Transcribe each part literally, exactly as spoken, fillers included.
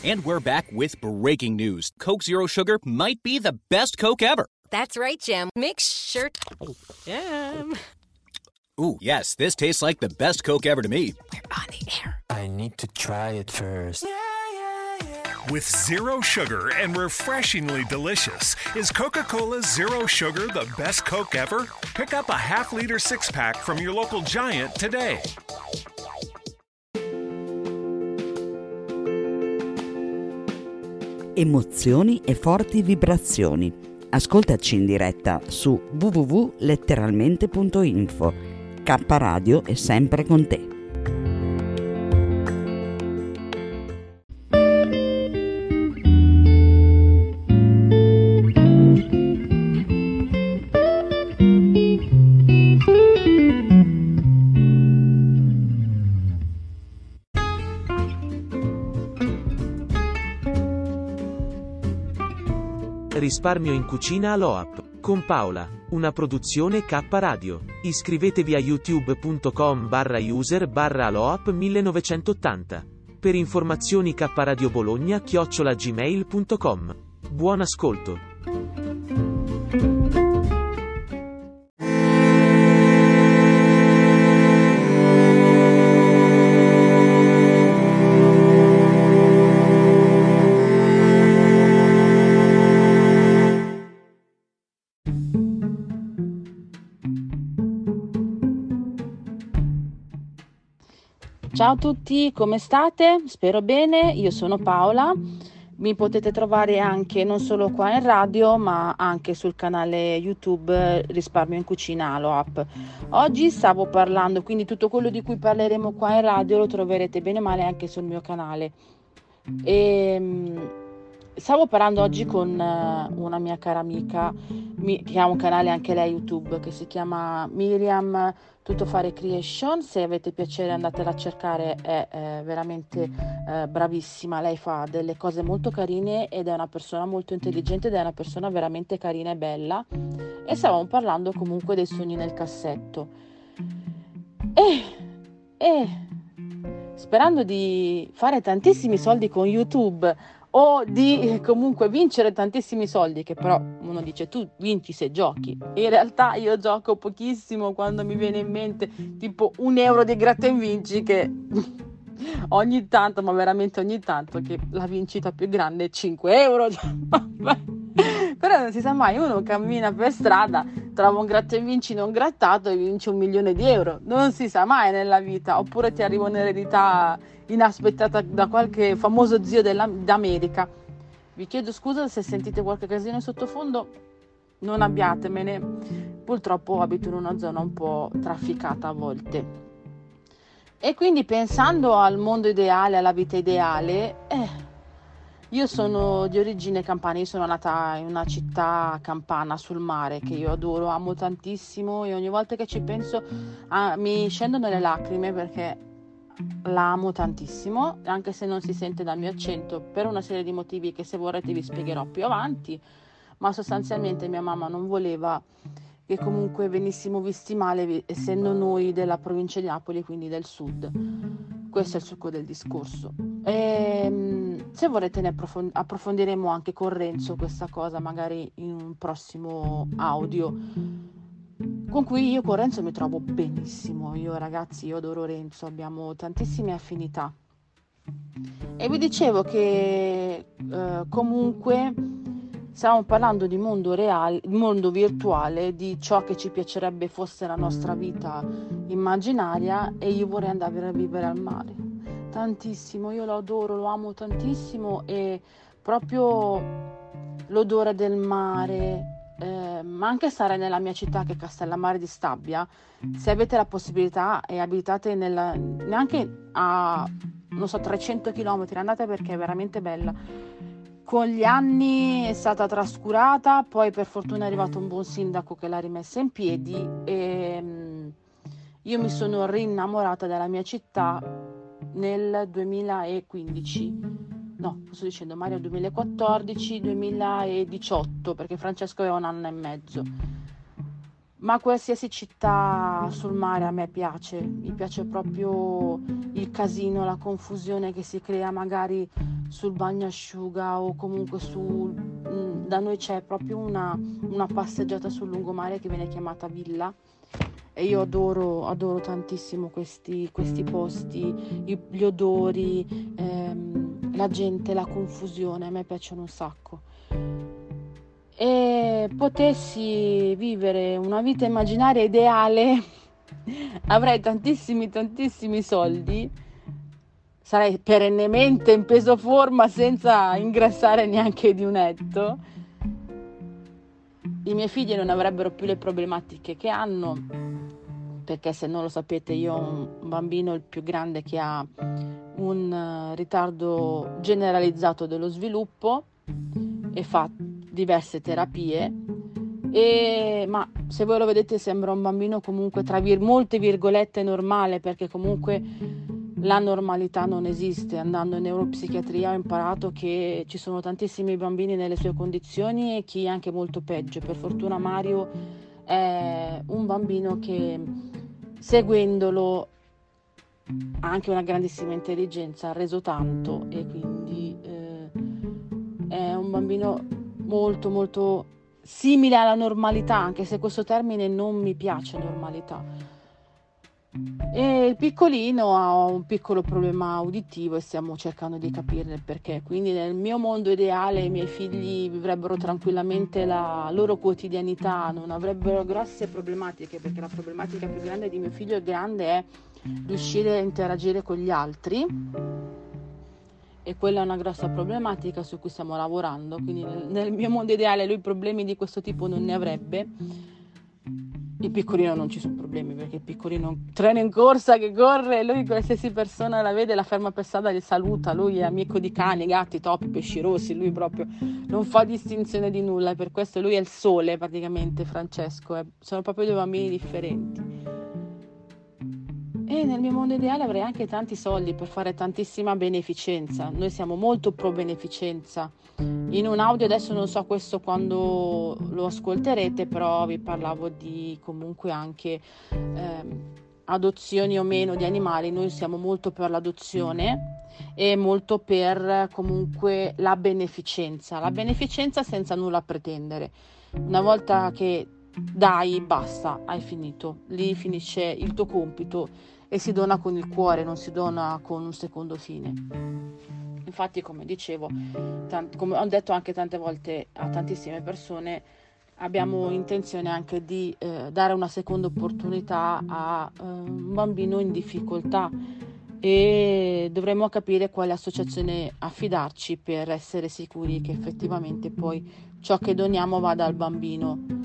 And we're back with breaking news. Coke Zero Sugar might be the best Coke ever. That's right, Jim. Make sure... Oh, Jim. Ooh, yes, this tastes like the best Coke ever to me. We're on the air. I need to try it first. With zero sugar and refreshingly delicious, is Coca-Cola Zero Sugar the best Coke ever? Pick up a half-liter six-pack from your local Giant today. Emozioni e forti vibrazioni. Ascoltaci in diretta su w w w punto letteralmente punto info. K Radio è sempre con te. Risparmio in cucina all'O A P. Con Paola, una produzione K Radio. Iscrivetevi a youtube punto com barra user barra aloap millenovecentottanta. Per informazioni K Radio Bologna chiocciola gmail punto com. Buon ascolto. Ciao a tutti, come state? Spero bene, io sono Paola, mi potete trovare anche non solo qua in radio ma anche sul canale YouTube Risparmio in Cucina Alo App. Oggi stavo parlando, quindi tutto quello di cui parleremo qua in radio lo troverete bene o male anche sul mio canale. E, stavo parlando oggi con una mia cara amica che ha un canale anche lei YouTube che si chiama Miriam Tutto Fare Creation. Se avete piacere andatela a cercare, è eh, veramente eh, bravissima, lei fa delle cose molto carine ed è una persona molto intelligente ed è una persona veramente carina e bella. E stavamo parlando comunque dei sogni nel cassetto e, e sperando di fare tantissimi soldi con YouTube o di comunque vincere tantissimi soldi, che però uno dice tu vinci se giochi. In realtà io gioco pochissimo quando mi viene in mente tipo un euro di gratta e vinci, che ogni tanto, ma veramente ogni tanto, che la vincita più grande è cinque euro. Però non si sa mai, uno cammina per strada, trova un gratta e vinci non grattato e vince un milione di euro. Non si sa mai nella vita. Oppure ti arriva un'eredità inaspettata da qualche famoso zio della, d'America. Vi chiedo scusa se sentite qualche casino in sottofondo, non abbiatemene, purtroppo abito in una zona un po' trafficata a volte. E quindi pensando al mondo ideale, alla vita ideale, eh, io sono di origine campana, io sono nata in una città campana sul mare che io adoro, amo tantissimo e ogni volta che ci penso ah, mi scendono le lacrime perché la amo tantissimo, anche se non si sente dal mio accento per una serie di motivi che se vorrete vi spiegherò più avanti, ma sostanzialmente mia mamma non voleva che comunque venissimo visti male essendo noi della provincia di Napoli, quindi del sud. Questo è il succo del discorso. E, se vorrete ne approfond- approfondiremo anche con Renzo questa cosa magari in un prossimo audio, con cui io con Renzo mi trovo benissimo. Io ragazzi, io adoro Renzo, abbiamo tantissime affinità. E vi dicevo che eh, comunque stiamo parlando di mondo reale, mondo virtuale, di ciò che ci piacerebbe fosse la nostra vita immaginaria, e io vorrei andare a vivere al mare tantissimo. Io lo adoro, lo amo tantissimo, e proprio l'odore del mare, Eh, ma anche stare nella mia città che è Castellammare di Stabia. Se avete la possibilità e abitate nella, neanche a non so trecento chilometri, andate perché è veramente bella. Con gli anni è stata trascurata, poi per fortuna è arrivato un buon sindaco che l'ha rimessa in piedi e um, io mi sono rinnamorata della mia città nel duemilaquindici. No, sto dicendo Mario, duemilaquattordici duemiladiciotto, perché Francesco aveva un anno e mezzo. ma qualsiasi città sul mare a me piace, mi piace proprio il casino, la confusione che si crea magari sul bagnasciuga o comunque su, da noi c'è proprio una, una passeggiata sul lungomare che viene chiamata villa e io adoro, adoro tantissimo questi, questi posti, gli odori, ehm, la gente, la confusione, a me piacciono un sacco. E potessi vivere una vita immaginaria ideale, avrei tantissimi tantissimi soldi, sarei perennemente in peso forma senza ingrassare neanche di un etto, i miei figli non avrebbero più le problematiche che hanno, perché se non lo sapete io ho un bambino, il più grande, che ha un ritardo generalizzato dello sviluppo e fa diverse terapie, e, ma se voi lo vedete sembra un bambino comunque tra vir- molte virgolette normale, perché comunque la normalità non esiste. Andando in neuropsichiatria ho imparato che ci sono tantissimi bambini nelle sue condizioni e chi anche molto peggio. Per fortuna Mario è un bambino che, seguendolo, ha anche una grandissima intelligenza, ha reso tanto e quindi eh, è un bambino molto molto simile alla normalità, anche se questo termine non mi piace, normalità. E il piccolino ha un piccolo problema uditivo e stiamo cercando di capirne il perché. Quindi nel mio mondo ideale i miei figli vivrebbero tranquillamente la loro quotidianità, non avrebbero grosse problematiche, perché la problematica più grande di mio figlio grande è riuscire a interagire con gli altri, e quella è una grossa problematica su cui stiamo lavorando. Quindi nel, nel mio mondo ideale lui problemi di questo tipo non ne avrebbe. Il piccolino non ci sono problemi, perché il piccolino treno in corsa che corre, lui qualsiasi persona la vede, la ferma per strada, gli saluta, lui è amico di cani, gatti, topi, pesci rossi, lui proprio non fa distinzione di nulla, per questo lui è il sole praticamente, Francesco, è, sono proprio due bambini differenti. E nel mio mondo ideale avrei anche tanti soldi per fare tantissima beneficenza. Noi siamo molto pro beneficenza. In un audio, adesso non so questo quando lo ascolterete, però vi parlavo di comunque anche ehm, adozioni o meno di animali. Noi siamo molto per l'adozione e molto per comunque la beneficenza. La beneficenza senza nulla pretendere. Una volta che dai, basta, hai finito. Lì finisce il tuo compito e si dona con il cuore, non si dona con un secondo fine. Infatti, come dicevo, tant- come ho detto anche tante volte a tantissime persone, abbiamo intenzione anche di eh, dare una seconda opportunità a eh, un bambino in difficoltà, e dovremo capire quale associazione affidarci per essere sicuri che effettivamente poi ciò che doniamo vada al bambino.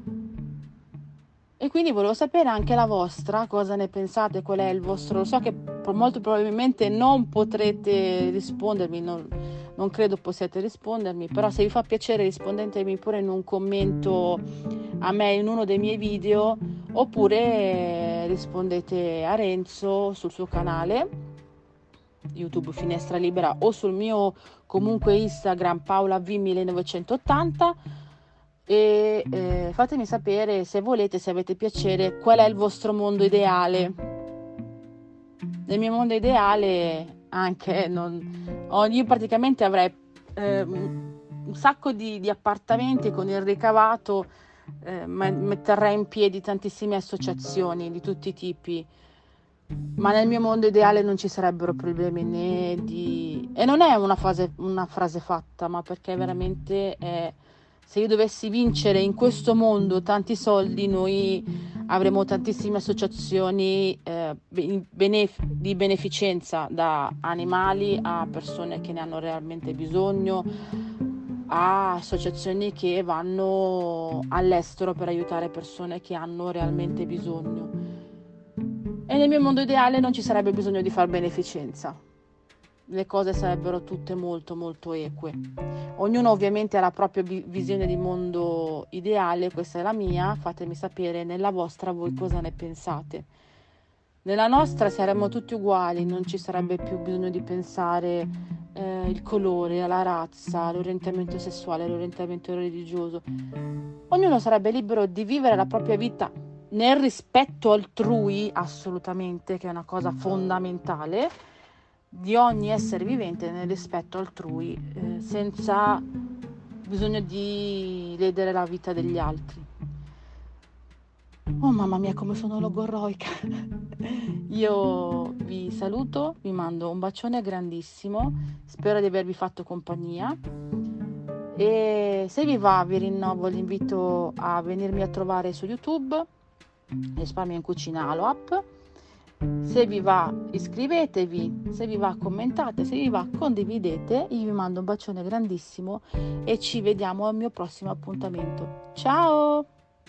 E quindi volevo sapere anche la vostra, cosa ne pensate, qual è il vostro, lo so che molto probabilmente non potrete rispondermi, non, non credo possiate rispondermi, però se vi fa piacere rispondetemi pure in un commento a me in uno dei miei video, oppure rispondete a Renzo sul suo canale YouTube Finestra Libera o sul mio comunque Instagram Paola V millenovecentottanta. E eh, fatemi sapere, se volete, se avete piacere, qual è il vostro mondo ideale. Nel mio mondo ideale anche non, oh, io praticamente avrei eh, un sacco di, di appartamenti con il ricavato, eh, metterei in piedi tantissime associazioni di tutti i tipi, ma nel mio mondo ideale non ci sarebbero problemi né di... e non è una, fase, una frase fatta, ma perché veramente è... Se io dovessi vincere in questo mondo tanti soldi, noi avremo tantissime associazioni eh, benef- di beneficenza, da animali a persone che ne hanno realmente bisogno, a associazioni che vanno all'estero per aiutare persone che hanno realmente bisogno. E nel mio mondo ideale non ci sarebbe bisogno di far beneficenza. Le cose sarebbero tutte molto molto eque. Ognuno ovviamente ha la propria visione di mondo ideale, questa è la mia, fatemi sapere nella vostra voi cosa ne pensate. Nella nostra saremmo tutti uguali, non ci sarebbe più bisogno di pensare eh, il colore, la razza, l'orientamento sessuale, l'orientamento religioso. Ognuno sarebbe libero di vivere la propria vita nel rispetto altrui, assolutamente, che è una cosa fondamentale, di ogni essere vivente nel rispetto altrui, eh, senza bisogno di ledere la vita degli altri. Oh mamma mia, come sono logorroica. Io vi saluto, vi mando un bacione grandissimo, spero di avervi fatto compagnia e se vi va vi rinnovo l'invito a venirmi a trovare su YouTube, Risparmio in Cucina Aloap. Se vi va iscrivetevi, se vi va commentate, se vi va condividete. Io vi mando un bacione grandissimo e ci vediamo al mio prossimo appuntamento. Ciao!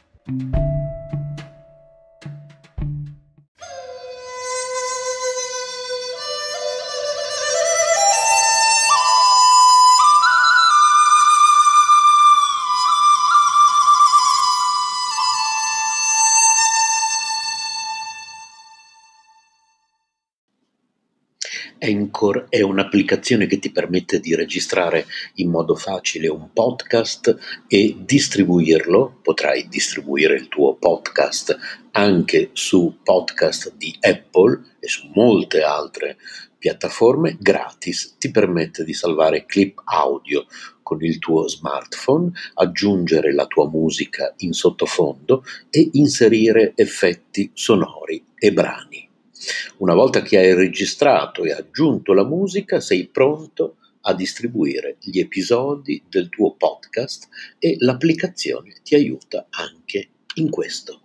Anchor è un'applicazione che ti permette di registrare in modo facile un podcast e distribuirlo. Potrai distribuire il tuo podcast anche su podcast di Apple e su molte altre piattaforme gratis. Ti permette di salvare clip audio con il tuo smartphone, aggiungere la tua musica in sottofondo e inserire effetti sonori e brani. Una volta che hai registrato e aggiunto la musica, sei pronto a distribuire gli episodi del tuo podcast e l'applicazione ti aiuta anche in questo.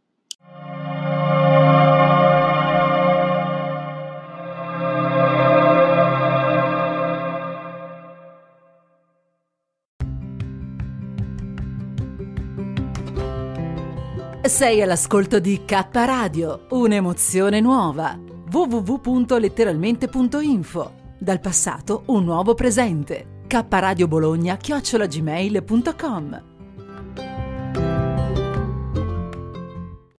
Sei all'ascolto di K Radio, un'emozione nuova. w w w punto letteralmente punto info. Dal passato un nuovo presente. K Radio Bologna chiocciola gmail punto com.